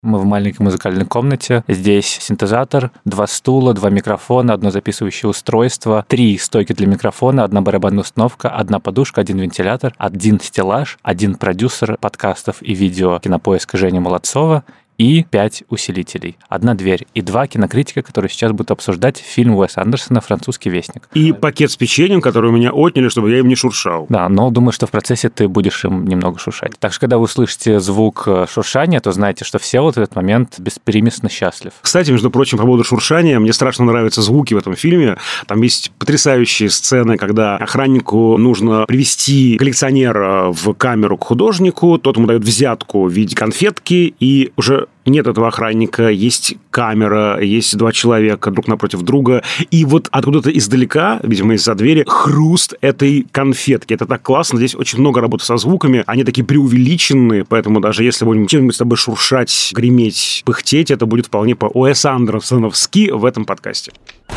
Мы в маленькой музыкальной комнате. Здесь синтезатор, 2 стула, 2 микрофона, 1 записывающее устройство, 3 стойки для микрофона, 1 барабанная установка, 1 подушка, 1 вентилятор, 1 стеллаж, 1 продюсер подкастов и видео «Кинопоиска» Женя Молодцова и 5 усилителей, 1 дверь и 2 кинокритика, которые сейчас будут обсуждать фильм Уэса Андерсона «Французский вестник». И пакет с печеньем, который у меня отняли, чтобы я им не шуршал. Да, но думаю, что в процессе ты будешь им немного шуршать. Так что, когда вы услышите звук шуршания, то знайте, что все вот в этот момент беспереместно счастлив. Кстати, между прочим, по поводу шуршания, мне страшно нравятся звуки в этом фильме. Там есть потрясающие сцены, когда охраннику нужно привести коллекционера в камеру к художнику, тот ему дает взятку в виде конфетки, и уже нет этого охранника, есть камера, есть 2 человека друг напротив друга, и вот откуда-то издалека, видимо, из-за двери, хруст этой конфетки. Это так классно, здесь очень много работы со звуками, они такие преувеличенные, поэтому даже если будем чем-нибудь с тобой шуршать, греметь, пыхтеть, это будет вполне по-Уэс Андерсоновски в этом подкасте.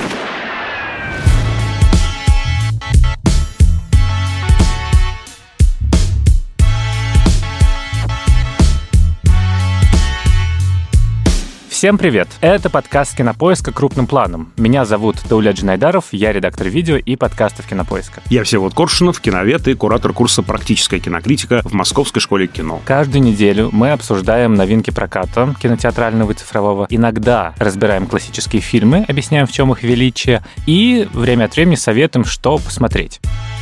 Всем привет! Это подкаст «Кинопоиска. Крупным планом». Меня зовут Даулет Джинайдаров, я редактор видео и подкастов «Кинопоиска». Я Всеволод Коршунов, киновед и куратор курса «Практическая кинокритика» в Московской школе кино. Каждую неделю мы обсуждаем новинки проката, кинотеатрального и цифрового. Иногда разбираем классические фильмы, объясняем, в чем их величие, и время от времени советуем, что посмотреть.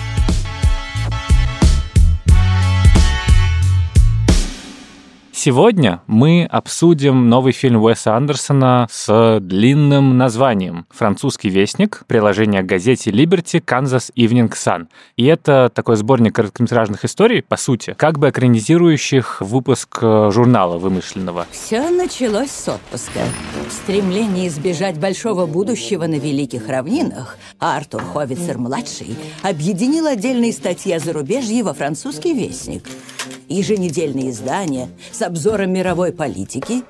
Сегодня мы обсудим новый фильм Уэса Андерсона с длинным названием «Французский вестник», приложение к газете Liberty Kansas Evening Sun. И это такой сборник короткометражных историй, по сути, как бы экранизирующих выпуск журнала вымышленного. Все началось с отпуска. В стремлении избежать большого будущего на Великих Равнинах Артур Ховицер-младший объединил отдельные статьи о зарубежье во «Французский вестник». Еженедельные издания с обзором мировой политики,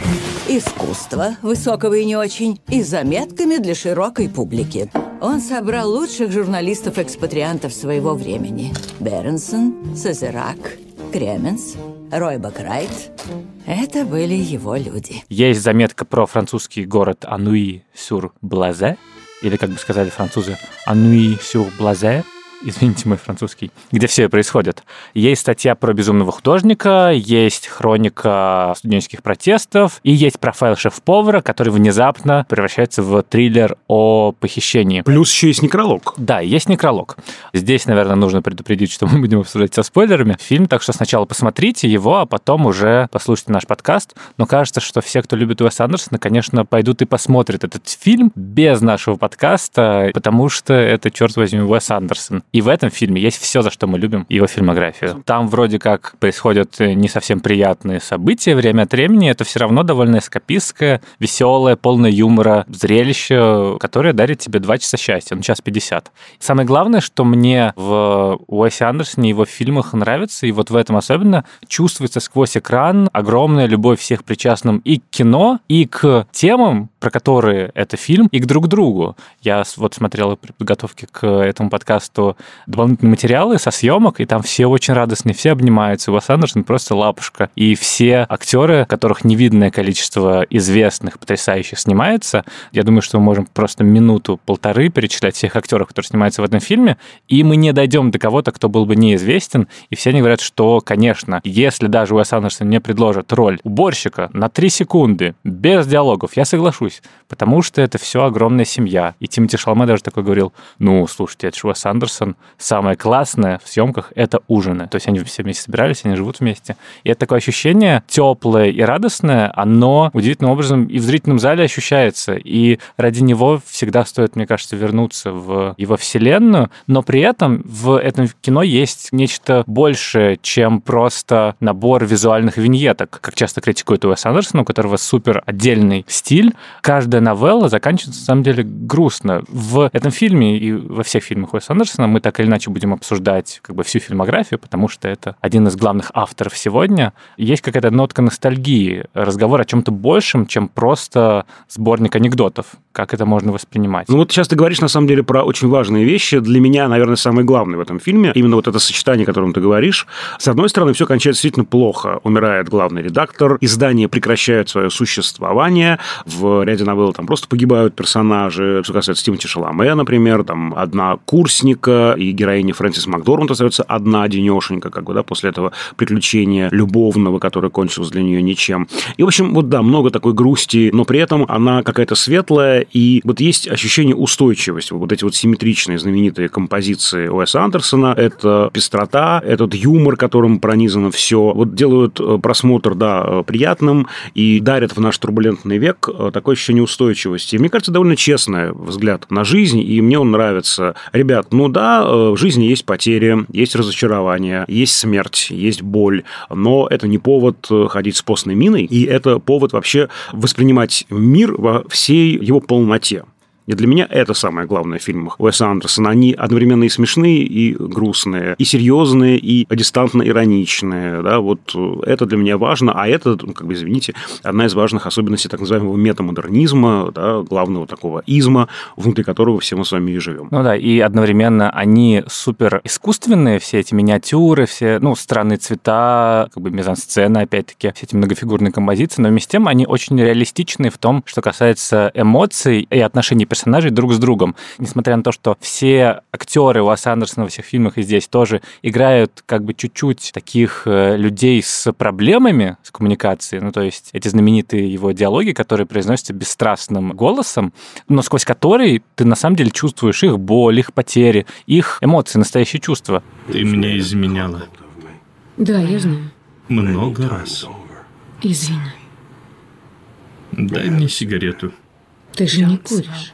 искусства, высокого и не очень, и заметками для широкой публики. Он собрал лучших журналистов-экспатриантов своего времени. Беренсон, Сазерак, Кременс, Рой Бакрайт. Это были его люди. Есть заметка про французский город Ануи-сюр-Блазе, или, как бы сказали французы, Ануи-сюр-Блазе. Извините, мой французский, где все происходит. Есть статья про безумного художника, есть хроника студенческих протестов, и есть профайл шеф-повара, который внезапно превращается в триллер о похищении. Плюс еще есть некролог. Да, есть некролог. Здесь, наверное, нужно предупредить, что мы будем обсуждать со спойлерами фильм, так что сначала посмотрите его, а потом уже послушайте наш подкаст. Но кажется, что все, кто любит Уэса Андерсона, конечно, пойдут и посмотрят этот фильм без нашего подкаста, потому что это, черт возьми, Уэс Андерсон. И в этом фильме есть все, за что мы любим его фильмографию. Там вроде как происходят не совсем приятные события время от времени. Это все равно довольно эскапистское, веселое, полное юмора зрелище, которое дарит тебе 2 часа счастья, 1:50. Самое главное, что мне в Уэсе Андерсоне, его фильмах нравится, и вот в этом особенно, чувствуется сквозь экран огромная любовь всех причастным и к кино, и к темам, про которые это фильм, и к друг другу. Я вот смотрел при подготовке к этому подкасту дополнительные материалы со съемок, и там все очень радостные, все обнимаются. Уэс Андерсон просто лапушка. И все актеры, которых невиданное количество известных, потрясающих снимается, я думаю, что мы можем просто минуту-полторы перечислять всех актеров, которые снимаются в этом фильме, и мы не дойдем до кого-то, кто был бы неизвестен. И все они говорят, что, конечно, если даже Уэс Андерсон мне предложит роль уборщика на 3 секунды, без диалогов, я соглашусь, потому что это все огромная семья. И Тимоти Шаламе даже такой говорил: ну, слушайте, это же Уэс Андерсон, самое классное в съемках — это ужины. То есть они все вместе собирались, они живут вместе. И это такое ощущение теплое и радостное, оно удивительным образом и в зрительном зале ощущается. И ради него всегда стоит, мне кажется, вернуться в его вселенную. Но при этом в этом кино есть нечто большее, чем просто набор визуальных виньеток, как часто критикует Уэс Андерсон, у которого супер отдельный стиль. Каждая новелла заканчивается, на самом деле, грустно. В этом фильме и во всех фильмах Уэса Андерсона мы так или иначе будем обсуждать как бы всю фильмографию, потому что это один из главных авторов сегодня. Есть какая-то нотка ностальгии, разговор о чем-то большем, чем просто сборник анекдотов, как это можно воспринимать. Ну вот сейчас ты говоришь, на самом деле, про очень важные вещи. Для меня, наверное, самое главное в этом фильме, именно вот это сочетание, о котором ты говоришь. С одной стороны, все кончается действительно плохо. Умирает главный редактор, издание прекращает свое существование, в ряде новелл там просто погибают персонажи. Что касается Тимоти Шаламе, например, там одна курсника и героиня Фрэнсис Макдорманд остается одна денешенька, как бы, да, после этого приключения любовного, которое кончилось для нее ничем. И, в общем, вот да, много такой грусти, но при этом она какая-то светлая, и вот есть ощущение устойчивости. Вот эти вот симметричные знаменитые композиции Уэса Андерсона, это пестрота, этот юмор, которым пронизано все, вот делают просмотр, да, приятным и дарят в наш турбулентный век такое ощущение устойчивости. И мне кажется, довольно честный взгляд на жизнь, и мне он нравится. Ребят, ну да, в жизни есть потери, есть разочарование, есть смерть, есть боль, но это не повод ходить с постной миной, и это повод вообще воспринимать мир во всей его полноте. И для меня это самое главное в фильмах Уэса Андерсона. Они одновременно и смешные, и грустные, и серьезные, и дистантно-ироничные. Да? Вот это для меня важно. А это, ну, как бы, извините, одна из важных особенностей так называемого метамодернизма, да, главного такого изма, внутри которого все мы с вами и живем. Ну да, и одновременно они супер искусственные, все эти миниатюры, все, ну, странные цвета, как бы мизансцена, опять-таки, все эти многофигурные композиции, но вместе с тем они очень реалистичны в том, что касается эмоций и отношений персонажей друг с другом. Несмотря на то, что все актеры Уэса Андерсона во всех фильмах и здесь тоже играют как бы чуть-чуть таких людей с проблемами с коммуникацией, ну то есть эти знаменитые его диалоги, которые произносятся бесстрастным голосом, но сквозь которые ты на самом деле чувствуешь их боль, их потери, их эмоции, настоящие чувства. Ты мне изменяла. Да, я знаю. Много раз. Извини. Дай мне сигарету. Ты же не куришь.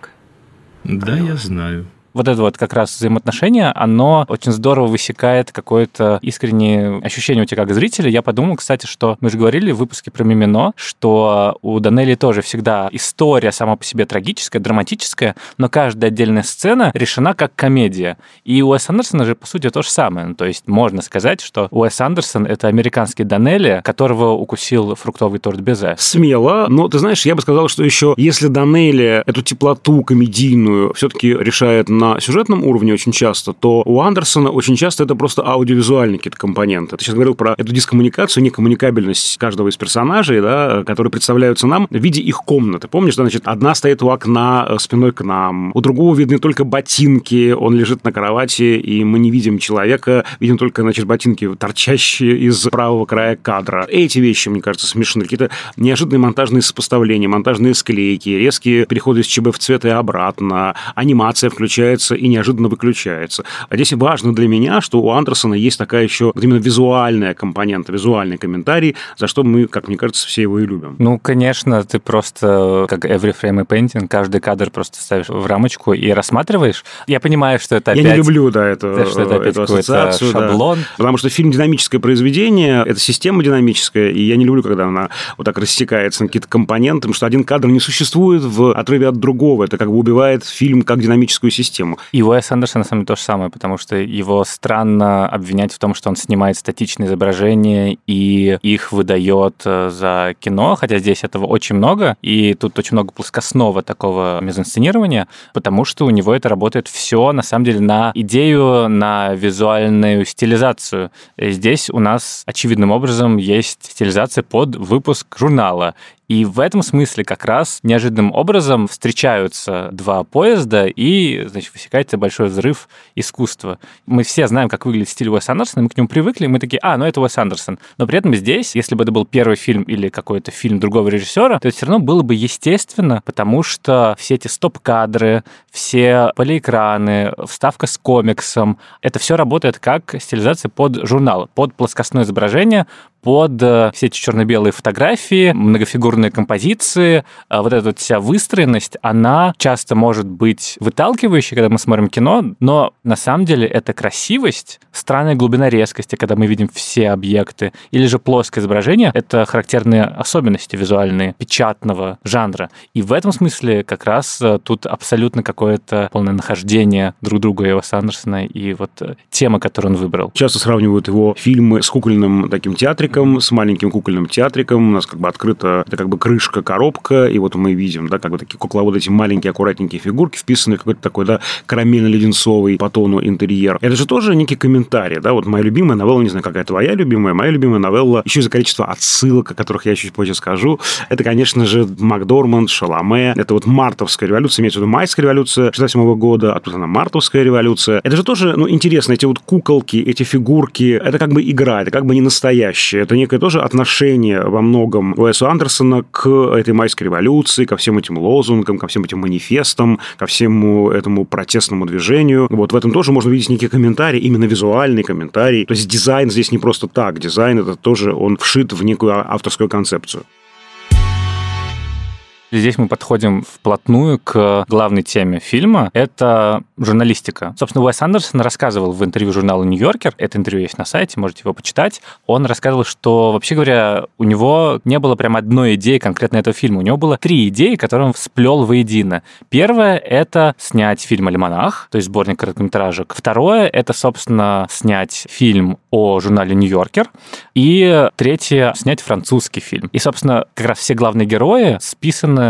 Да, я знаю. Вот это вот как раз взаимоотношение, оно очень здорово высекает какое-то искреннее ощущение у тебя как зрителя. Я подумал, кстати, что мы же говорили в выпуске про Мимино, что у Доннелли тоже всегда история сама по себе трагическая, драматическая, но каждая отдельная сцена решена как комедия. И у Уэса Андерсона же, по сути, то же самое. Ну, то есть можно сказать, что Уэс Андерсон — это американский Доннелли, которого укусил фруктовый торт Безе. Смело, но, ты знаешь, я бы сказал, что еще если Доннелли эту теплоту комедийную все-таки решает на сюжетном уровне очень часто, то у Андерсона очень часто это просто аудиовизуальные какие-то компоненты. Ты сейчас говорил про эту дискоммуникацию, некоммуникабельность каждого из персонажей, да, которые представляются нам в виде их комнаты. Помнишь, да, значит, одна стоит у окна спиной к нам, у другого видны только ботинки, он лежит на кровати, и мы не видим человека, видим только, значит, ботинки, торчащие из правого края кадра. Эти вещи, мне кажется, смешны. Какие-то неожиданные монтажные сопоставления, монтажные склейки, резкие переходы из ЧБ в цвет и обратно, анимация включается и неожиданно выключается. А здесь важно для меня, что у Андерсона есть такая еще вот именно визуальная компонента, визуальный комментарий, за что мы, как мне кажется, все его и любим. Ну, конечно, ты просто, как every frame a painting, каждый кадр просто ставишь в рамочку и рассматриваешь. Я понимаю, что это опять... Я не люблю, да, это, что это опять эту ассоциацию, шаблон. Да. Потому что фильм динамическое произведение, это система динамическая, и я не люблю, когда она вот так растекается на какие-то компоненты, потому что один кадр не существует в отрыве от другого. Это как бы убивает фильм как динамическую систему. И Уэс Андерсон, на самом деле, то же самое, потому что его странно обвинять в том, что он снимает статичные изображения и их выдает за кино, хотя здесь этого очень много, и тут очень много плоскостного такого мизансценирования, потому что у него это работает все, на самом деле, на идею, на визуальную стилизацию. Здесь у нас очевидным образом есть стилизация под выпуск журнала. И в этом смысле как раз неожиданным образом встречаются два поезда, и, значит, высекается большой взрыв искусства. Мы все знаем, как выглядит стиль Уэса Андерсона, мы к нему привыкли, и мы такие, ну это Уэс Андерсон. Но при этом здесь, если бы это был первый фильм или какой-то фильм другого режиссера, то это все равно было бы естественно, потому что все эти стоп-кадры, все полиэкраны, вставка с комиксом, это все работает как стилизация под журнал, под плоскостное изображение, под все эти черно-белые фотографии, многофигурные композиции. Вот эта вот вся выстроенность, она часто может быть выталкивающей, когда мы смотрим кино, но на самом деле это красивость, странная глубина резкости, когда мы видим все объекты, или же плоское изображение, это характерные особенности визуальные печатного жанра. И в этом смысле как раз тут абсолютно какое-то полное нахождение друг друга Уэса Андерсона и вот тема, которую он выбрал. Часто сравнивают его фильмы с кукольным таким театриком, театриком, с маленьким кукольным театриком. У нас как бы открыта, это как бы крышка, коробка, и вот мы видим, да, как бы такие кукловоды, эти маленькие аккуратненькие фигурки, вписанные в какой-то такой, да, карамельно-леденцовый по тону интерьер. Это же тоже некий комментарий, да, вот моя любимая новелла, не знаю, какая твоя любимая, моя любимая новелла, еще из-за количества отсылок, о которых я чуть позже скажу, это, конечно же, Макдорманд, Шаломе, это вот мартовская революция, имеется в виду майская революция 1968 года, а тут она мартовская революция. Это же тоже, ну, интересно, эти вот куколки, эти фигурки, это как бы игра, это как бы не настоящее, это некое тоже отношение во многом Уэса Андерсона к этой майской революции, ко всем этим лозунгам, ко всем этим манифестам, ко всему этому протестному движению. Вот в этом тоже можно видеть некий комментарий, именно визуальный комментарий. То есть дизайн здесь не просто так, дизайн это тоже, он вшит в некую авторскую концепцию. Здесь мы подходим вплотную к главной теме фильма. Это журналистика. Собственно, Уэс Андерсон рассказывал в интервью журнала «Нью-Йоркер», это интервью есть на сайте, можете его почитать, он рассказывал, что, вообще говоря, у него не было прям одной идеи конкретно этого фильма. У него было 3 идеи, которые он сплел воедино. Первое — это снять фильм «Альманах», то есть сборник короткометражек. Второе — это, собственно, снять фильм о журнале «Нью-Йоркер». И третье — снять французский фильм. И, собственно, как раз все главные герои списаны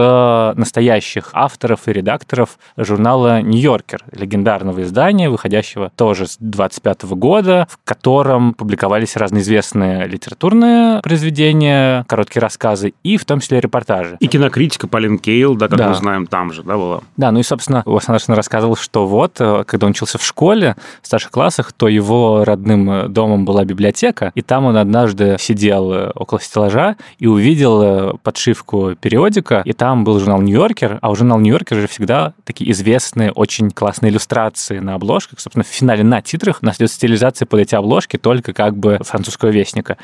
с настоящих авторов и редакторов журнала «Нью-Йоркер», легендарного издания, выходящего тоже с 25 года, в котором публиковались разные известные литературные произведения, короткие рассказы и в том числе репортажи. И кинокритика Полин Кейл, да, как мы знаем, там же, да, была. Да, ну и, собственно, Уэс Андерсон рассказывал, что вот, когда он учился в школе, в старших классах, то его родным домом была библиотека, и там он однажды сидел около стеллажа и увидел подшивку периодика, и там был журнал «Нью-Йоркер», а у журнала «Нью-Йоркер» же всегда такие известные, очень классные иллюстрации на обложках. Собственно, в финале на титрах у нас идет стилизация под эти обложки только как бы французского вестника.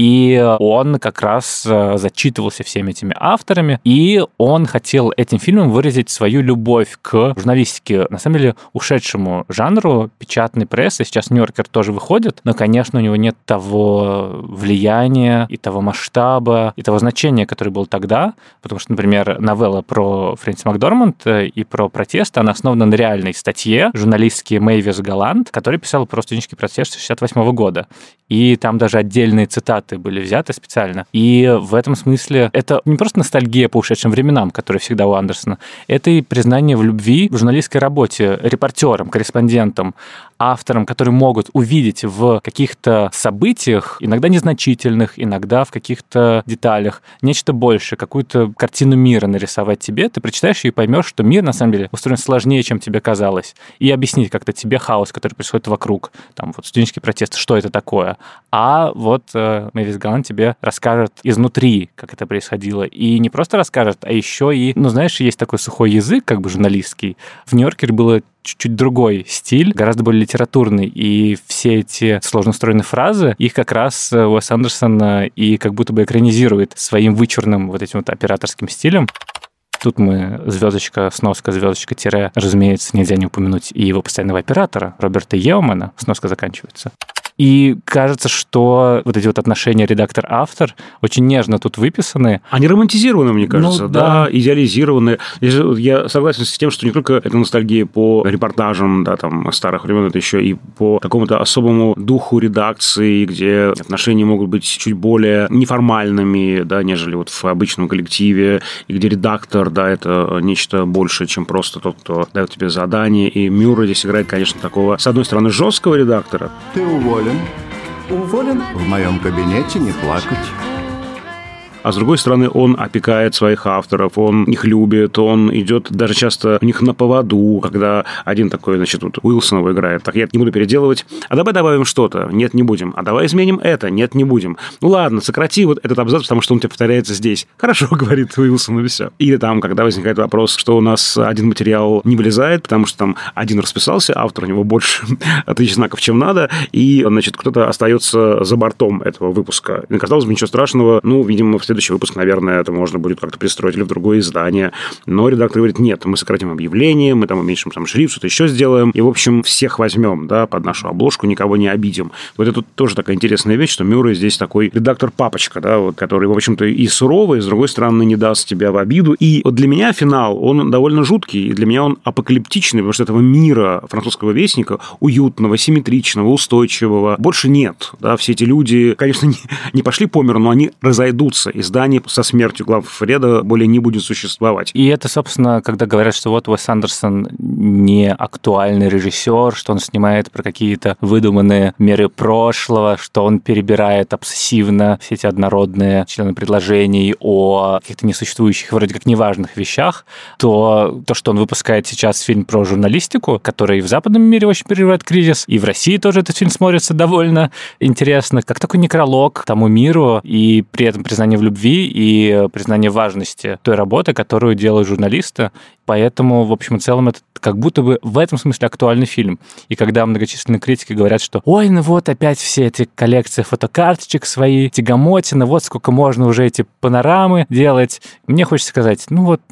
И он как раз зачитывался всеми этими авторами, и он хотел этим фильмом выразить свою любовь к журналистике, на самом деле, ушедшему жанру печатной прессы. Сейчас «Нью-Йоркер» тоже выходит, но, конечно, у него нет того влияния и того масштаба, и того значения, которое было тогда, потому что, например, новелла про Фрэнсис Макдорманд и про протесты, она основана на реальной статье журналистки Мэйвис Галланд, которая писала про студенческий протест 1968 года. И там даже отдельные цитаты были взяты специально. И в этом смысле это не просто ностальгия по ушедшим временам, которая всегда у Андерсона, это и признание в любви в журналистской работе репортерам, корреспондентам, авторам, которые могут увидеть в каких-то событиях, иногда незначительных, иногда в каких-то деталях, нечто большее, какую-то картину мира нарисовать тебе. Ты прочитаешь ее и поймешь, что мир, на самом деле, устроен сложнее, чем тебе казалось. И объяснить как-то тебе хаос, который происходит вокруг. Там вот студенческий протест, что это такое. А вот Мэйвис Галланд тебе расскажет изнутри, как это происходило. И не просто расскажет, а еще и, ну, знаешь, есть такой сухой язык, как бы журналистский. В «Нью-Йоркере» было чуть-чуть другой стиль, гораздо более литературный, и все эти сложно устроенные фразы, их как раз Уэс Андерсон и как будто бы экранизирует своим вычурным вот этим вот операторским стилем. Тут мы звездочка, сноска, звездочка, тире, разумеется, нельзя не упомянуть и его постоянного оператора Роберта Еомана, сноска заканчивается. И кажется, что вот эти вот отношения редактор-автор очень нежно тут выписаны. Они романтизированы, мне кажется, ну, да, идеализированы. Я согласен с тем, что не только это ностальгия по репортажам, да, там, старых времен, это еще и по какому-то особому духу редакции, где отношения могут быть чуть более неформальными, да, нежели вот в обычном коллективе, и где редактор, да, это нечто большее, чем просто тот, кто дает тебе задание. И Мюррей здесь играет, конечно, такого, с одной стороны, жесткого редактора. Ты уволен. Уволен? В моем кабинете не плакать. А с другой стороны, он опекает своих авторов, он их любит, он идет даже часто у них на поводу, когда один такой, значит, вот Уилсон его играет, так, я не буду переделывать, а давай добавим что-то, нет, не будем, а давай изменим это, нет, не будем. Ну ладно, сократи вот этот абзац, потому что он у тебя повторяется здесь. Хорошо, говорит Уилсон, и все. Или там, когда возникает вопрос, что у нас один материал не вылезает, потому что там один расписался, автор, у него больше 1000 знаков, чем надо, и, значит, кто-то остается за бортом этого выпуска. И, казалось бы, ничего страшного, ну, видимо, в следующий выпуск, наверное, это можно будет как-то пристроить или в другое издание. Но редактор говорит, нет, мы сократим объявление, мы там уменьшим там шрифт, что-то еще сделаем, и, в общем, всех возьмем, да, под нашу обложку, никого не обидим. Вот это тоже такая интересная вещь, что Мюррей здесь такой редактор-папочка, да, вот, который, в общем-то, и суровый, и, с другой стороны, не даст тебя в обиду. И вот для меня финал, он довольно жуткий, и для меня он апокалиптичный, потому что этого мира французского вестника, уютного, симметричного, устойчивого, больше нет. Да, все эти люди, конечно, не пошли по миру, но они разойдутся, и здание со смертью главреда более не будет существовать. И это, собственно, когда говорят, что вот Уэс Андерсон не актуальный режиссер, что он снимает про какие-то выдуманные меры прошлого, что он перебирает обсессивно все эти однородные члены предложений о каких-то несуществующих, вроде как неважных вещах, то, что он выпускает сейчас фильм про журналистику, который в западном мире очень переживает кризис, и в России тоже этот фильм смотрится довольно интересно, как такой некролог тому миру, и при этом признание в любви и признание важности той работы, которую делают журналисты. Поэтому, в общем и целом, это как будто бы в этом смысле актуальный фильм. И когда многочисленные критики говорят, что «Ой, ну вот опять все эти коллекции фотокарточек свои, тягомотины, вот сколько можно уже эти панорамы делать», мне хочется сказать,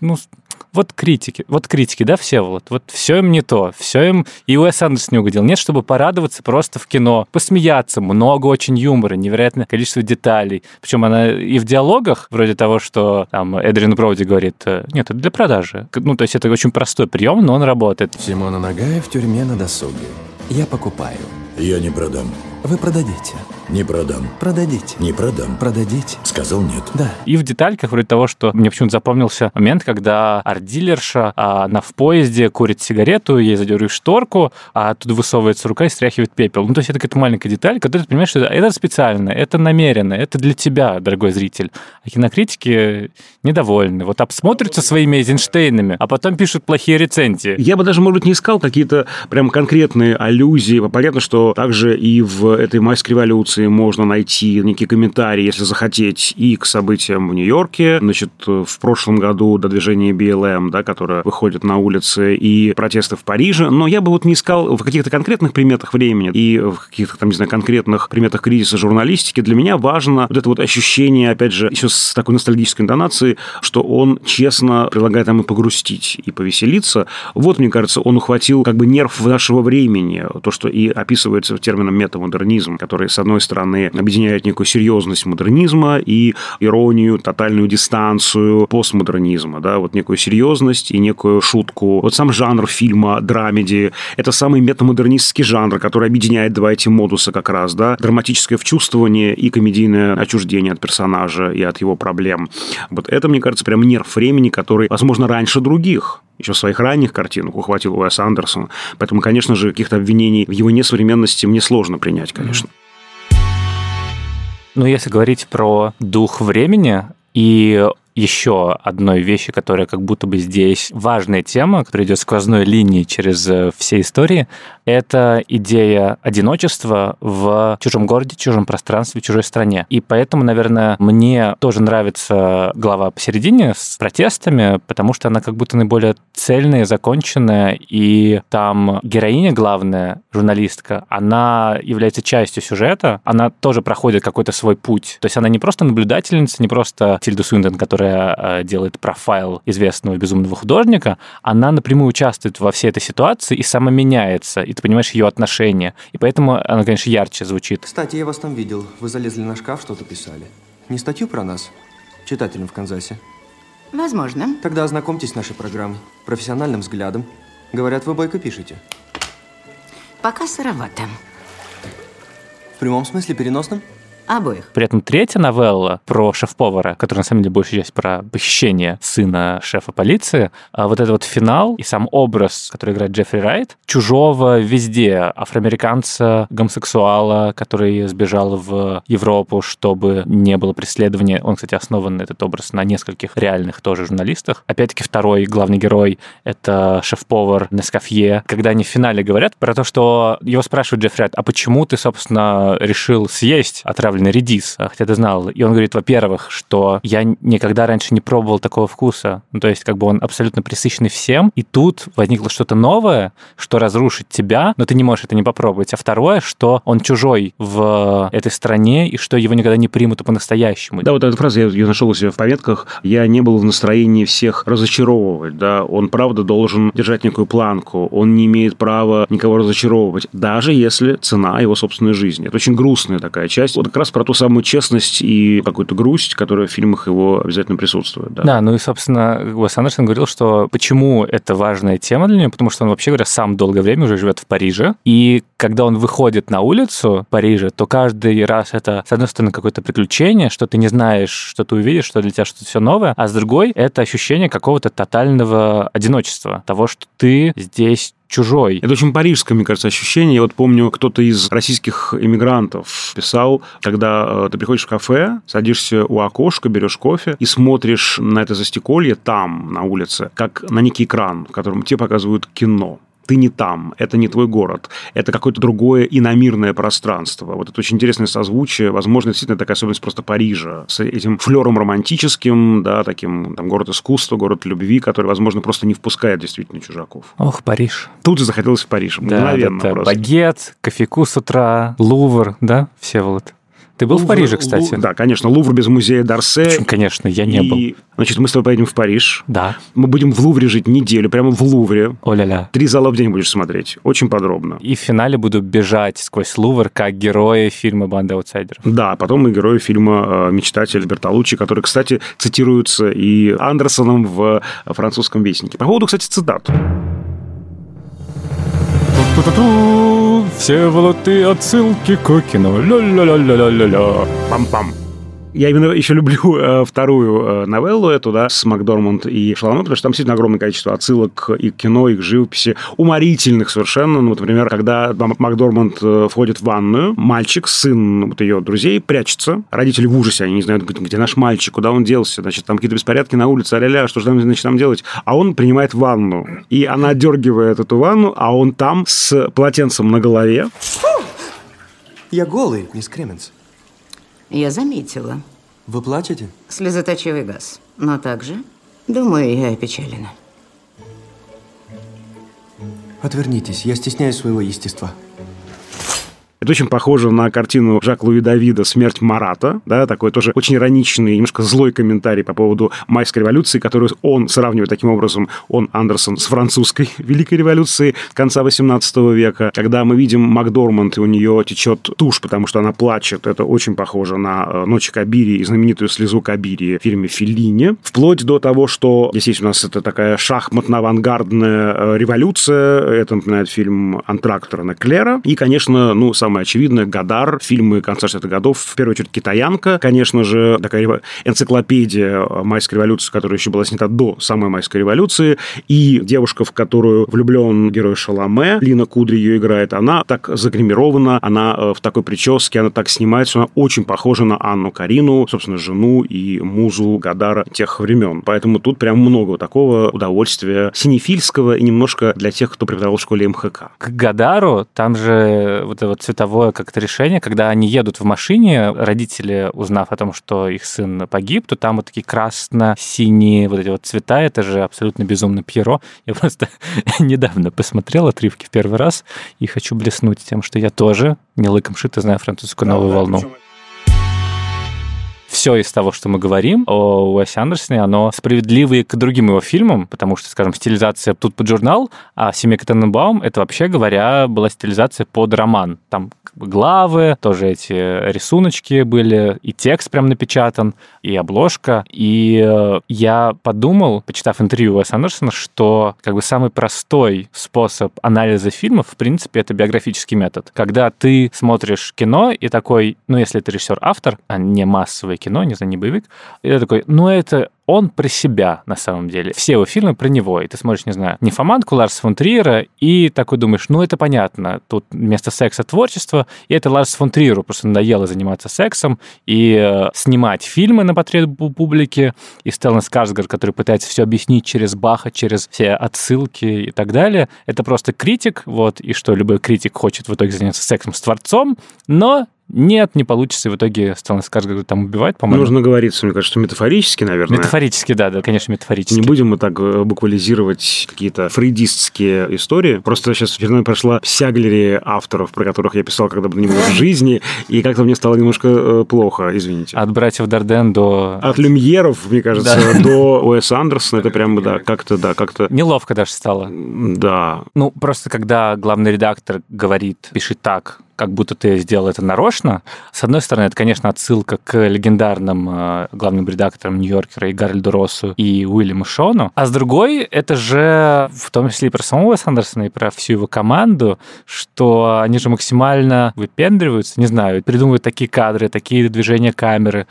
вот критики, да, Всеволод? Вот все им не то, все им и Уэс Андерсон не угодил. Нет, чтобы порадоваться просто в кино, посмеяться, много очень юмора, невероятное количество деталей. Причем она и в диалогах, вроде того, что там Эдриан Броуди говорит, нет, это для продажи. То есть это очень простой прием, но он работает. Симона Нагая в тюрьме на досуге. Я покупаю. Я не продам. Вы продадите. Не продам. Продадите. Не продам. Продадите. Сказал нет. Да. И в детальках, вроде того, что мне почему-то запомнился момент, когда арт-дилерша, она в поезде курит сигарету, ей задергивают шторку, а оттуда высовывается рука и стряхивает пепел. То есть это какая-то маленькая деталь, когда ты понимаешь, что это специально, это намеренно, это для тебя, дорогой зритель. А кинокритики недовольны. Вот обсмотрятся своими Эйзенштейнами, а потом пишут плохие рецензии. Я бы даже, может быть, не искал какие-то прям конкретные аллюзии. Понятно, что также и в этой майской революции можно найти некие комментарии, если захотеть, и к событиям в Нью-Йорке. Значит, в прошлом году до движения BLM, да, которое выходит на улицы, и протесты в Париже. Но я бы вот не искал в каких-то конкретных приметах времени и в каких-то, там, не знаю, конкретных приметах кризиса журналистики. Для меня важно вот это вот ощущение, опять же, еще с такой ностальгической интонацией, что он честно предлагает нам и погрустить, и повеселиться. Вот, мне кажется, он ухватил как бы нерв нашего времени, то, что и описывается термином метамодернизм, который, с одной стороны, объединяет некую серьезность модернизма и иронию, тотальную дистанцию постмодернизма, да, вот некую серьезность и некую шутку. Вот сам жанр фильма драмеди – это самый метамодернистский жанр, который объединяет два эти модуса как раз, да, драматическое вчувствование и комедийное отчуждение от персонажа и от его проблем. Вот это, мне кажется, прям нерв времени, который, возможно, раньше других еще в своих ранних картинах ухватил Уэс Андерсон. Поэтому, конечно же, каких-то обвинений в его несовременности мне сложно принять, конечно. Если говорить про дух времени и еще одной вещи, которая как будто бы здесь важная тема, которая идет сквозной линией через все истории, это идея одиночества в чужом городе, чужом пространстве, чужой стране. И поэтому, наверное, мне тоже нравится глава посередине с протестами, потому что она как будто наиболее цельная, законченная, и там героиня главная, журналистка, она является частью сюжета, она тоже проходит какой-то свой путь. То есть она не просто наблюдательница, не просто Тильда Суинтон, которая делает профайл известного безумного художника, она напрямую участвует во всей этой ситуации и сама меняется, и ты понимаешь ее отношения. И поэтому она, конечно, ярче звучит. Кстати, я вас там видел. Вы залезли на шкаф, что-то писали. Не статью про нас? Читателям в Канзасе. Возможно. Тогда ознакомьтесь с нашей программой. Профессиональным взглядом. Говорят, вы бойко пишете. Пока сыровато. В прямом смысле, переносном? Обоих. При этом третья новелла про шеф-повара, которая на самом деле большая часть про похищение сына шефа полиции, вот этот вот финал и сам образ, который играет Джеффри Райт, чужого везде, афроамериканца, гомосексуала, который сбежал в Европу, чтобы не было преследования. Он, кстати, основан, этот образ, на нескольких реальных тоже журналистах. Опять-таки второй главный герой — это шеф-повар Нескафье. Когда они в финале говорят про то, что его спрашивает Джеффри Райт, а почему ты, собственно, решил съесть отравленный добавленный редис, хотя ты знал. И он говорит, во-первых, что я никогда раньше не пробовал такого вкуса. Ну, то есть как бы он абсолютно пресыщенный всем, и тут возникло что-то новое, что разрушит тебя, но ты не можешь это не попробовать. А второе, что он чужой в этой стране, и что его никогда не примут по-настоящему. Да, вот эта фраза, я ее нашел у себя в пометках, я не был в настроении всех разочаровывать, да, он, правда, должен держать некую планку, он не имеет права никого разочаровывать, даже если цена его собственной жизни. Это очень грустная такая часть, вот как раз про ту самую честность и какую-то грусть, которая в фильмах его обязательно присутствует. Да, ну и, собственно, Уэс Андерсон говорил, что почему это важная тема для него, потому что он, вообще говоря, сам долгое время уже живет в Париже, и когда он выходит на улицу Парижа, то каждый раз это, с одной стороны, какое-то приключение, что ты не знаешь, что ты увидишь, что для тебя что-то все новое, а с другой, это ощущение какого-то тотального одиночества, того, что ты здесь чужой. Это очень парижское, мне кажется, ощущение. Я вот помню, кто-то из российских иммигрантов писал, когда ты приходишь в кафе, садишься у окошка, берешь кофе и смотришь на это застеколье там, на улице, как на некий экран, в котором тебе показывают кино. Ты не там, это не твой город, это какое-то другое иномирное пространство. Вот это очень интересное созвучие. Возможно, действительно такая особенность просто Парижа с этим флером романтическим, да, таким там город искусства, город любви, который, возможно, просто не впускает действительно чужаков. Ох, Париж. Тут же захотелось в Париж. Мгновенно да, просто. Багет, кофейку с утра, Лувр, да, Всеволод? Ты был в Париже, кстати? Да, конечно. Лувр без музея Д'Орсе. Почему, конечно, я не был. Значит, мы с тобой поедем в Париж. Да. Мы будем в Лувре жить неделю, прямо в Лувре. О-ля-ля. 3 зала в день будешь смотреть. Очень подробно. И в финале буду бежать сквозь Лувр, как герои фильма «Банда аутсайдеров». Да, потом и герои фильма «Мечтатель» Бертолуччи, который, кстати, цитируется и Андерсоном в «Французском вестнике». По поводу, кстати, цитат. Всеволод и отсылки к кино. Ля-ля-ля-ля-ля-ля. Пам-пам. Я именно еще люблю вторую новеллу эту, да, с Макдорманд и Шаламой, потому что там действительно огромное количество отсылок и к кино, и к живописи, уморительных совершенно. Ну, вот, например, когда Макдорманд входит в ванную, мальчик, сын вот ее друзей, прячется. Родители в ужасе, они не знают, где наш мальчик, куда он делся. Значит, там какие-то беспорядки на улице, а-ля-ля, что же там, значит, там делать? А он принимает ванну. И она отдергивает эту ванну, а он там с полотенцем на голове. Я голый, мисс Кременс. Я заметила. Вы плачете? Слезоточивый газ. Но также, думаю, я опечалена. Отвернитесь, я стесняюсь своего естества. Это очень похоже на картину Жак-Луи Давида «Смерть Марата». Да, такой тоже очень ироничный, немножко злой комментарий по поводу Майской революции, которую он сравнивает таким образом, Андерсон, с французской Великой революцией конца XVIII века. Когда мы видим Макдорманд, и у нее течет тушь, потому что она плачет, это очень похоже на «Ночь Кабирии» и знаменитую «Слезу Кабирии» в фильме Феллини. Вплоть до того, что здесь есть у нас это такая шахматно-авангардная революция. Это напоминает фильм «Антракт» Рене Клера. И, конечно, самое очевидное, Годар, фильмы конца 60-х годов, в первую очередь «Китаянка», конечно же, такая энциклопедия Майской революции, которая еще была снята до самой Майской революции, и девушка, в которую влюблен герой Шаламе, Лина Кудри ее играет, она так загримирована, она в такой прическе, она так снимается, она очень похожа на Анну Карину, собственно, жену и музу Годара тех времен. Поэтому тут прям много такого удовольствия синефильского и немножко для тех, кто преподавал в школе МХК. К Годару там же вот это вот цветовое как-то решение, когда они едут в машине, родители, узнав о том, что их сын погиб, то там вот такие красно-синие вот эти вот цвета, это же абсолютно безумно Пьеро. Я просто недавно посмотрел отрывки в первый раз и хочу блеснуть тем, что я тоже не лыком шит и знаю французскую новую волну. Все из того, что мы говорим о Уэсе Андерсоне, оно справедливо и к другим его фильмам, потому что, скажем, стилизация тут под журнал, а «Семейка Тененбаум» — это, вообще говоря, была стилизация под роман. Там главы, тоже эти рисуночки были, и текст прям напечатан, и обложка. И я подумал, почитав интервью Уэса Андерсона, что самый простой способ анализа фильмов, в принципе, это биографический метод. Когда ты смотришь кино и такой, если это режиссер-автор, а не массовый кино, не знаю, не боевик, и я такой, это он про себя, на самом деле. Все его фильмы про него. И ты смотришь, не знаю, «Нимфоманку» Ларса фон Триера, и такой думаешь, это понятно. Тут вместо секса творчество, и это Ларс фон Триеру просто надоело заниматься сексом и снимать фильмы на потребу публики, и Стеллан Скарсгард, который пытается все объяснить через Баха, через все отсылки и так далее. Это просто критик, и что любой критик хочет в итоге заняться сексом с творцом, но нет, не получится, и в итоге Стеллан Скарсгард там убивает, по-моему. Нужно говорить, мне кажется, что метафорически, наверное. Метафорически, да, конечно, метафорически. Не будем мы так буквализировать какие-то фрейдистские истории. Просто сейчас перед мной прошла вся галерея авторов, про которых я писал когда бы ни было в жизни, и как-то мне стало немножко плохо, извините. От братьев Дарден до... От Люмьеров, мне кажется, до Уэса Андерсона, это прямо, как-то... Неловко даже стало. Да. Ну, просто когда главный редактор говорит, пиши так, как будто ты сделал это нарочно. С одной стороны, это, конечно, отсылка к легендарным главным редакторам Нью-Йоркера и Гарольду Россу и Уильяму Шону. А с другой, это же в том числе и про самого Уэса Андерсона, и про всю его команду, что они же максимально выпендриваются, не знаю, придумывают такие кадры, такие движения камеры,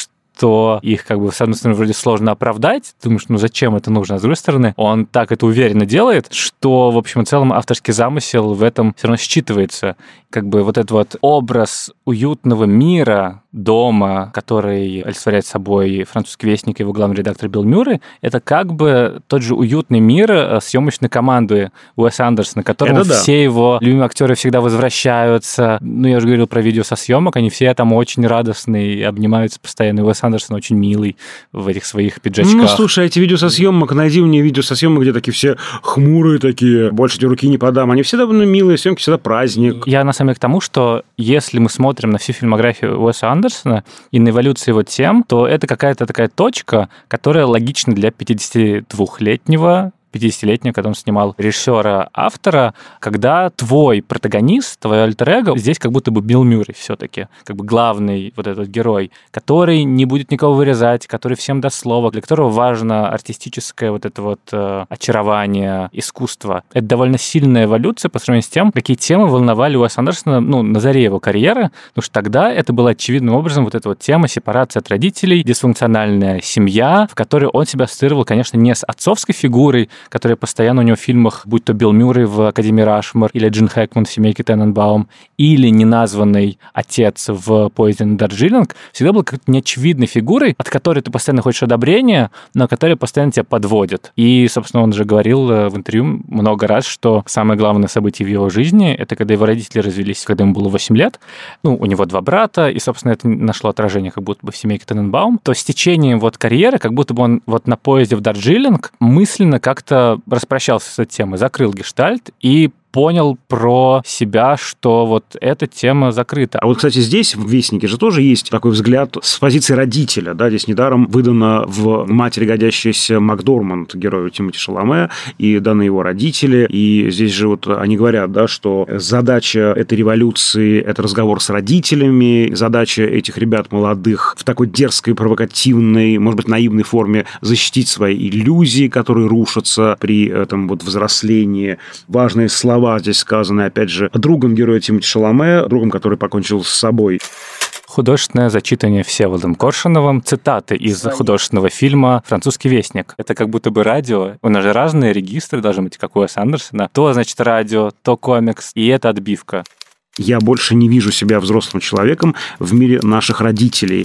что их, как бы, с одной стороны, вроде сложно оправдать, думаешь, ну зачем это нужно, а с другой стороны, он так это уверенно делает, что, в общем и целом, авторский замысел в этом все равно считывается. Как бы вот этот вот образ уютного мира, дома, который олицетворяет собой «Французский вестник» и его главный редактор Билл Мюррей, это как бы тот же уютный мир съемочной команды Уэса Андерсона, к которому все его любимые актеры всегда возвращаются. Ну, я уже говорил про видео со съемок, они все там очень радостные, обнимаются постоянно. И Уэс Андерсон очень милый в этих своих пиджачках. Ну, слушай, эти видео со съемок, найди мне видео со съемок, где такие все хмурые такие, больше тебе руки не подам. Они все довольно милые, съемки всегда праздник. Я на самом деле к тому, что если мы смотрим на всю фильмографию Уэса Андерсона и на эволюцию его тем, то это какая-то такая точка, которая логична для 52-летнего, когда он снимал режиссера-автора, когда твой протагонист, твой альтер-эго, здесь как будто бы Билл Мюррей все-таки, как бы главный вот этот герой, который не будет никого вырезать, который всем даст слово, для которого важно артистическое вот это вот очарование, искусство. Это довольно сильная эволюция по сравнению с тем, какие темы волновали Уэса Андерсона, ну, на заре его карьеры, потому что тогда это была очевидным образом вот эта вот тема сепарации от родителей, дисфункциональная семья, в которой он себя ассоциировал, конечно, не с отцовской фигурой, которые постоянно у него в фильмах, будь то Билл Мюррей в «Академии Рашмор», или Джин Хэкман в «Семейке Тененбаум», или неназванный отец в «Поезде на Дарджилинг», всегда был какой-то неочевидной фигурой, от которой ты постоянно хочешь одобрения, но которая постоянно тебя подводит. И, собственно, он же говорил в интервью много раз, что самое главное событие в его жизни — это когда его родители развелись, когда ему было 8 лет. Ну, у него 2 брата, и, собственно, это нашло отражение как будто бы в «Семейке Тененбаум». То с течением вот карьеры, как будто бы он вот на «Поезде в Дарджилинг» мысленно как-то распрощался с этой темой, закрыл гештальт и понял про себя, что вот эта тема закрыта. А вот, кстати, здесь в «Вестнике» же тоже есть такой взгляд с позиции родителя. Да? Здесь недаром выдано в «Матери годящейся» Макдорманд герою Тимоти Шаломе, и даны его родители. И здесь же вот они говорят, да, что задача этой революции – это разговор с родителями, задача этих ребят молодых в такой дерзкой, провокативной, может быть, наивной форме защитить свои иллюзии, которые рушатся при этом вот взрослении. Важные слова здесь сказаны, опять же, другом героя Тимоти Шаломе, другом, который покончил с собой. Художественное зачитывание Всеволодом Коршуновым, цитаты из художественного фильма «Французский вестник». Это как будто бы радио. У нас же разные регистры должны быть, как у Уэса Андерсона. То, значит, радио, то комикс, и это отбивка. Я больше не вижу себя взрослым человеком в мире наших родителей.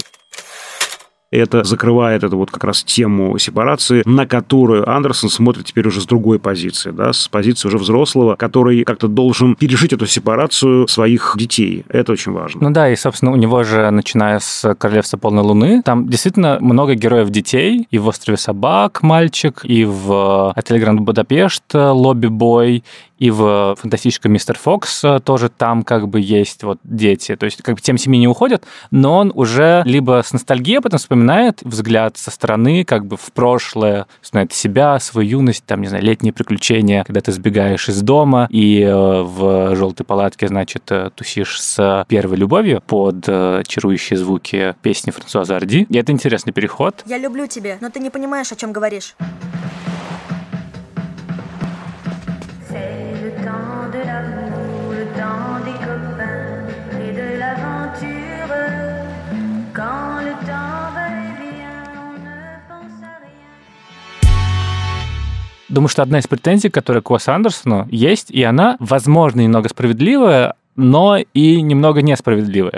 Это закрывает эту вот как раз тему сепарации, на которую Андерсон смотрит теперь уже с другой позиции, да, с позиции уже взрослого, который как-то должен пережить эту сепарацию своих детей. Это очень важно. Ну да, и, собственно, у него же, начиная с «Королевства полной луны», там действительно много героев детей. И в «Острове собак» мальчик, и в «Отель Гранд Будапешт» лобби-бой, и в «Фантастическом Мистер Фокс» тоже там как бы есть вот дети. То есть как бы тем семьи не уходят, но он уже либо с ностальгией об этом вспоминает, взгляд со стороны, как бы в прошлое, вспоминает себя, свою юность, там, не знаю, летние приключения, когда ты сбегаешь из дома и в желтой палатке, значит, тусишь с первой любовью под чарующие звуки песни Франсуазы Арди. И это интересный переход. Я люблю тебя, но ты не понимаешь, о чем говоришь. Думаю, что одна из претензий, которая к Уэсу Андерсону есть, и она, возможно, немного справедливая, но и немного несправедливая.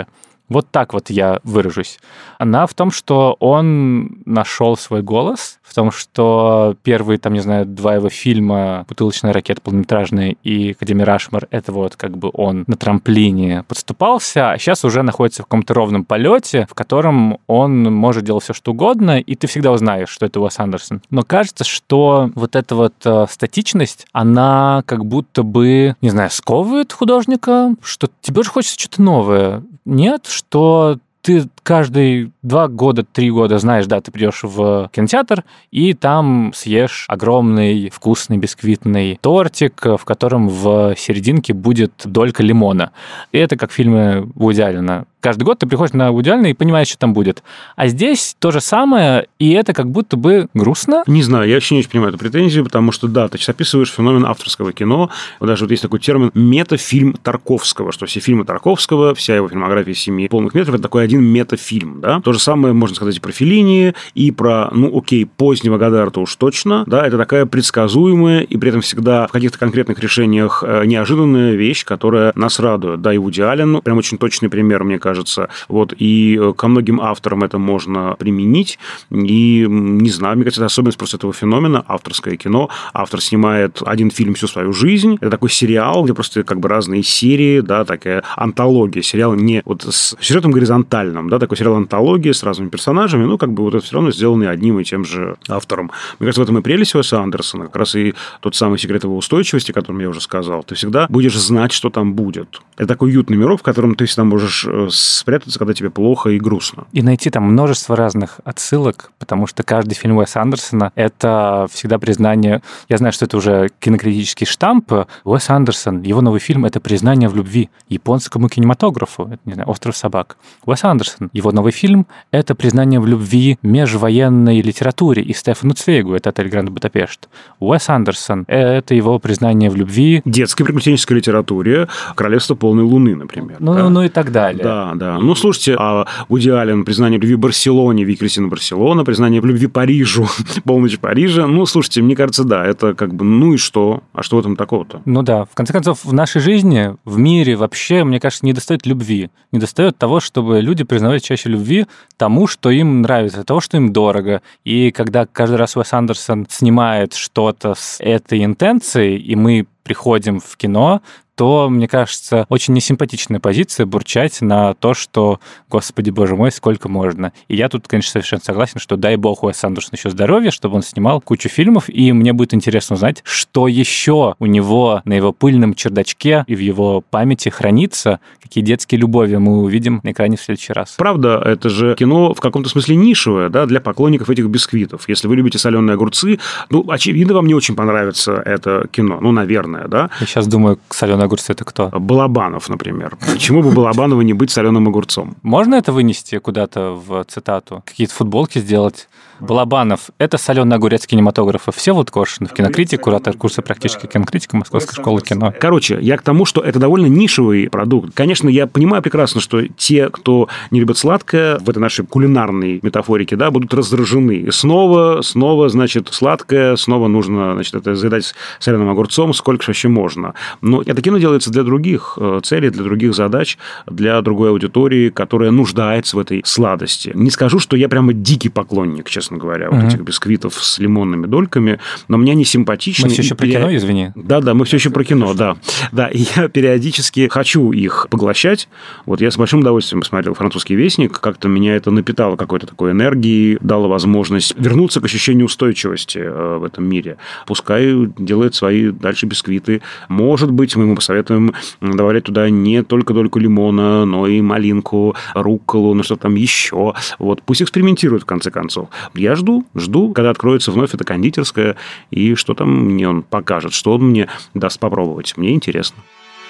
Вот так вот я выражусь. Она в том, что он нашел свой голос, в том, что первые, там, не знаю, 2 его фильма «Бутылочная ракета» полнометражная и «Академия Рашмор» — это вот как бы он на трамплине подступался, а сейчас уже находится в каком-то ровном полете, в котором он может делать все, что угодно, и ты всегда узнаешь, что это Уэс Андерсон. Но кажется, что вот эта вот статичность, она как будто бы, не знаю, сковывает художника, что тебе же хочется что-то новое. Нет, что ты каждые 2 года, 3 года знаешь, да, ты придешь в кинотеатр, и там съешь огромный вкусный бисквитный тортик, в котором в серединке будет долька лимона. И это как фильмы Вуди Аллена. Каждый год ты приходишь на Вуди Аллена и понимаешь, что там будет. А здесь то же самое, и это как будто бы грустно. Не знаю, я вообще не очень понимаю эту претензию, потому что, да, ты сейчас описываешь феномен авторского кино. Вот даже вот есть такой термин метафильм Тарковского, что все фильмы Тарковского, вся его фильмография 7 полных метров — это такой один метафильм, да. То же самое можно сказать и про Феллини, и про, позднего Годдарда уж точно, да, это такая предсказуемая и при этом всегда в каких-то конкретных решениях неожиданная вещь, которая нас радует. Да, и Вуди Аллен, прям очень точный пример, мне кажется. Вот, и ко многим авторам это можно применить. И, не знаю, мне кажется, это особенность просто этого феномена, авторское кино. Автор снимает один фильм всю свою жизнь. Это такой сериал, где просто как бы разные серии, да, такая антология. Сериал не вот с сюжетом горизонтальным, да, такой сериал-антология с разными персонажами, как бы вот это все равно сделанный одним и тем же автором. Мне кажется, в этом и прелесть Уэса Андерсона, как раз и тот самый секрет его устойчивости, о котором я уже сказал. Ты всегда будешь знать, что там будет. Это такой уютный мирок, в котором ты всегда можешь спрятаться, когда тебе плохо и грустно. И найти там множество разных отсылок, потому что каждый фильм Уэса Андерсона — это всегда признание... Я знаю, что это уже кинокритический штамп. Уэс Андерсон, его новый фильм — это признание в любви японскому кинематографу. Это, не знаю, «Остров собак». Уэс Андерсон, его новый фильм — это признание в любви межвоенной литературе и Стефану Цвейгу, это «Отель Гранд Будапешт». Уэс Андерсон — это его признание в любви... детской приключенческой литературе «Королевство полной луны», например. Ну и так далее. Да. Слушайте, а Вуди Аллен — признание в любви Барселоне, Викельсина Барселона, признание в любви Парижу, «Полночь в Париже». Слушайте, мне кажется, да, это как бы, и что? А что в этом такого-то? Да. В конце концов, в нашей жизни, в мире вообще, мне кажется, недостает любви. Недостает того, чтобы люди признавали чаще любви тому, что им нравится, того, что им дорого. И когда каждый раз Уэс Андерсон снимает что-то с этой интенцией, и мы приходим в кино, то, мне кажется, очень несимпатичная позиция бурчать на то, что, господи, боже мой, сколько можно. И я тут, конечно, совершенно согласен, что дай бог Уэс Андерсону еще здоровья, чтобы он снимал кучу фильмов, и мне будет интересно узнать, что еще у него на его пыльном чердачке и в его памяти хранится, какие детские любови мы увидим на экране в следующий раз. Правда, это же кино в каком-то смысле нишевое, да, для поклонников этих бисквитов. Если вы любите соленые огурцы, очевидно, вам не очень понравится это кино. Наверное, да. Я сейчас думаю, соленые огурцы — это кто? Балабанов, например. Почему бы Балабанову не быть соленым огурцом? Можно это вынести куда-то в цитату? Какие-то футболки сделать? Балабанов — это соленый огурец кинематографа. Всеволод Коршунов, кинокритик, куратор курса «Практическая кинокритика» Московской школы кино. Короче, я к тому, что это довольно нишевый продукт. Конечно, я понимаю прекрасно, что те, кто не любит сладкое, в этой нашей кулинарной метафорике, да, будут раздражены. И снова, значит, сладкое, снова нужно, значит, это заедать соленым огурцом, сколько же вообще можно. Но это кино делается для других целей, для других задач, для другой аудитории, которая нуждается в этой сладости. Не скажу, что я прямо дикий поклонник, честно говоря, вот этих бисквитов с лимонными дольками, но мне они симпатичны. Мы все еще про кино, извини. Да, мы все еще про кино, да. Да, и я периодически хочу их поглощать. Вот я с большим удовольствием посмотрел «Французский вестник», как-то меня это напитало какой-то такой энергией, дало возможность вернуться к ощущению устойчивости в этом мире. Пускай делает свои дальше бисквиты. Может быть, мы ему посоветуем добавлять туда не только дольку лимона, но и малинку, рукколу, что там еще. Вот, пусть экспериментирует, в конце концов. Я жду, когда откроется вновь эта кондитерская, и что там мне он покажет, что он мне даст попробовать. Мне интересно.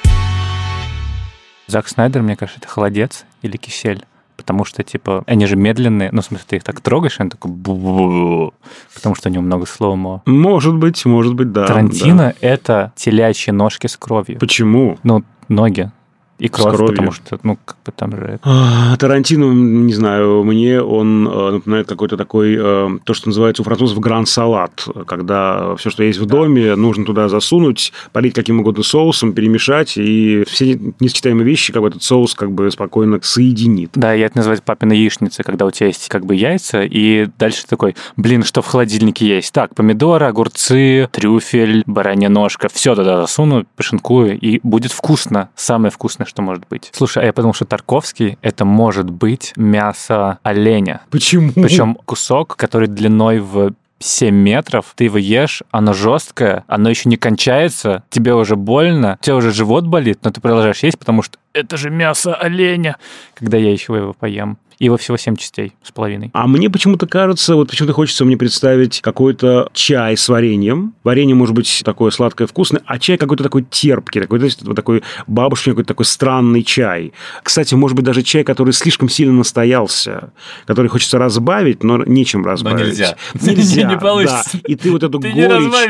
Зак Снайдер, мне кажется, это холодец или кисель. Потому что, они же медленные. В смысле, ты их так трогаешь, и он такой... Потому что у него много слоумо. Может быть, да. Тарантино — это телячьи ножки с кровью. Почему? Ноги. И кровь, кровью. потому что, как бы там же... Тарантино, не знаю, мне он напоминает какой-то такой, то, что называется у французов гран-салат, когда все, что есть в доме, нужно туда засунуть, полить каким угодно соусом, перемешать, и все несочетаемые вещи, как бы этот соус как бы спокойно соединит. Да, я это называю папиной яичницей, когда у тебя есть как бы яйца, и дальше такой, что в холодильнике есть? Так, помидоры, огурцы, трюфель, баранья ножка, все туда засуну, пошинкую, и будет вкусно, самое вкусное, что может быть. Слушай, а я подумал, что Тарковский — это может быть мясо оленя. Почему? Причем кусок, который длиной в 7 метров, ты его ешь, оно жесткое, оно еще не кончается, тебе уже больно, у тебя уже живот болит, но ты продолжаешь есть, потому что это же мясо оленя, когда я еще его поем. И его всего 7 частей с половиной. А мне почему-то кажется, почему-то хочется мне представить какой-то чай с вареньем. Варенье может быть такое сладкое, вкусное, а чай какой-то такой терпкий, какой-то такой бабушкин, какой-то такой странный чай. Кстати, может быть, даже чай, который слишком сильно настоялся, который хочется разбавить, но нечем разбавить. Но нельзя. Нельзя, не получится. Да. И ты вот эту ты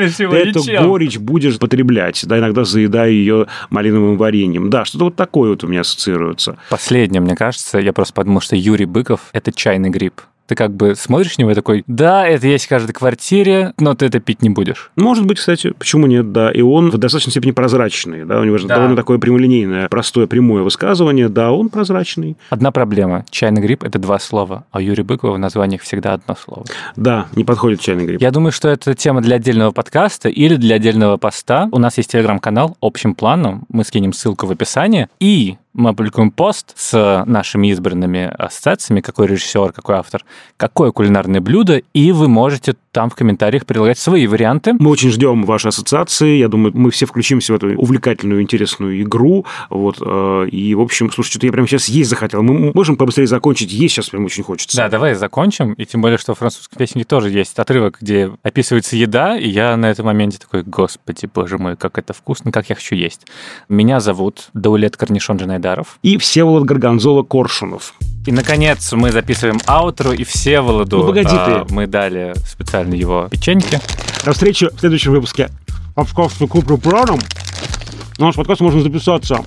горечь будешь потреблять, да, иногда заедая ее малиновым вареньем. Да, что-то вот такое вот у меня ассоциируется. Последнее, мне кажется, я просто подумал, что Юрий Быков — это чайный гриб. Ты как бы смотришь на него и такой, да, это есть в каждой квартире, но ты это пить не будешь. Может быть, кстати, почему нет, да. И он в достаточной степени прозрачный, да, у него же довольно такое прямолинейное, простое, прямое высказывание, да, он прозрачный. Одна проблема. Чайный гриб — это 2 слова, а у Юрия Быкова в названиях всегда одно слово. Да, не подходит чайный гриб. Я думаю, что это тема для отдельного подкаста или для отдельного поста. У нас есть телеграм-канал «Общим планом», мы скинем ссылку в описании, и мы опубликуем пост с нашими избранными ассоциациями, какой режиссер, какой автор, какое кулинарное блюдо, и вы можете там в комментариях предлагать свои варианты. Мы очень ждем ваши ассоциации. Я думаю, мы все включимся в эту увлекательную, интересную игру. Вот. И, в общем, слушай, что-то я прямо сейчас есть захотел. Мы можем побыстрее закончить. Есть сейчас прям очень хочется. Да, давай закончим. И тем более, что в французской песне тоже есть отрывок, где описывается еда, и я на этом моменте такой, господи, боже мой, как это вкусно, как я хочу есть. Меня зовут Даулет Корнишон Джанайдаров. И Всеволод Горгонзола Коршунов. И, наконец, мы записываем аутро, и Всеволоду мы дали специально его печеньки. До встречи в следующем выпуске подкаста «Купру Праном». На наш подкаст можно записаться.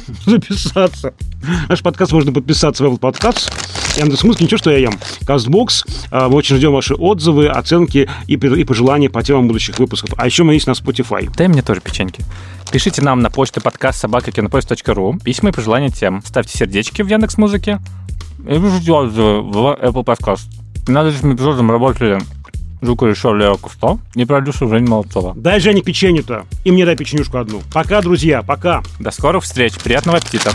Наш подкаст можно подписаться в Apple Podcasts, Яндекс.Музыки, ничего, что я ем. Castbox. Мы очень ждем ваши отзывы, оценки и пожелания по темам будущих выпусков. А еще мы есть на Spotify. Дай мне тоже печеньки. Пишите нам на почту podcast@kinopoist.ru письма и пожелания тем. Ставьте сердечки в Яндекс.Музыке. И ждите отзывы в Apple Podcast. Над этим эпизодом работали звукорежиссер Лера Кусто и продюсер Женя Молодцова. Дай Жене печенью-то. И мне дай печенюшку одну. Пока, друзья, пока. До скорых встреч. Приятного аппетита.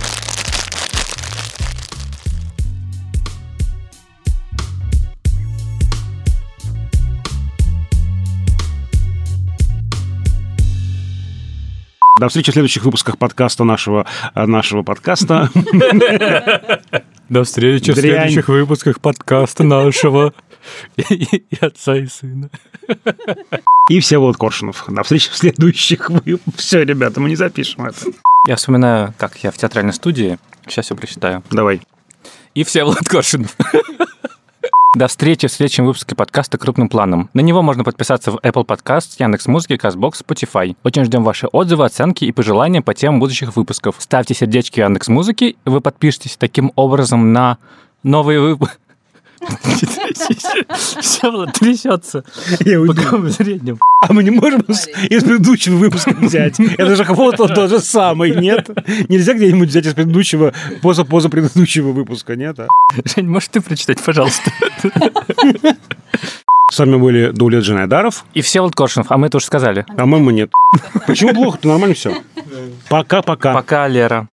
До встречи в следующих выпусках подкаста нашего подкаста. До встречи в следующих выпусках подкаста нашего и отца, и сына. И Всеволод Коршунов. До встречи в следующих выпусках. Все, ребята, мы не запишем это. Я вспоминаю, как я в театральной студии. Сейчас все прочитаю. Давай. И Всеволод Коршунов. До встречи в следующем выпуске подкаста «Крупным планом». На него можно подписаться в Apple Podcasts, Яндекс.Музыки, Castbox, Spotify. Очень ждем ваши отзывы, оценки и пожелания по темам будущих выпусков. Ставьте сердечки в Яндекс.Музыке, вы подпишетесь таким образом на новые выпуски. Всеволод трясется. Я уйду. По среднему. А мы не можем из предыдущего выпуска взять? Это же вот он тот же самый, нет? Нельзя где-нибудь взять из предыдущего, поза предыдущего выпуска, нет? Жень, можешь ты прочитать, пожалуйста? С вами были Даулет Джанайдаров. И Всеволод Коршунов, а мы это уже сказали. По-моему, нет. Почему плохо-то? Нормально все. Пока-пока. Пока, Лера.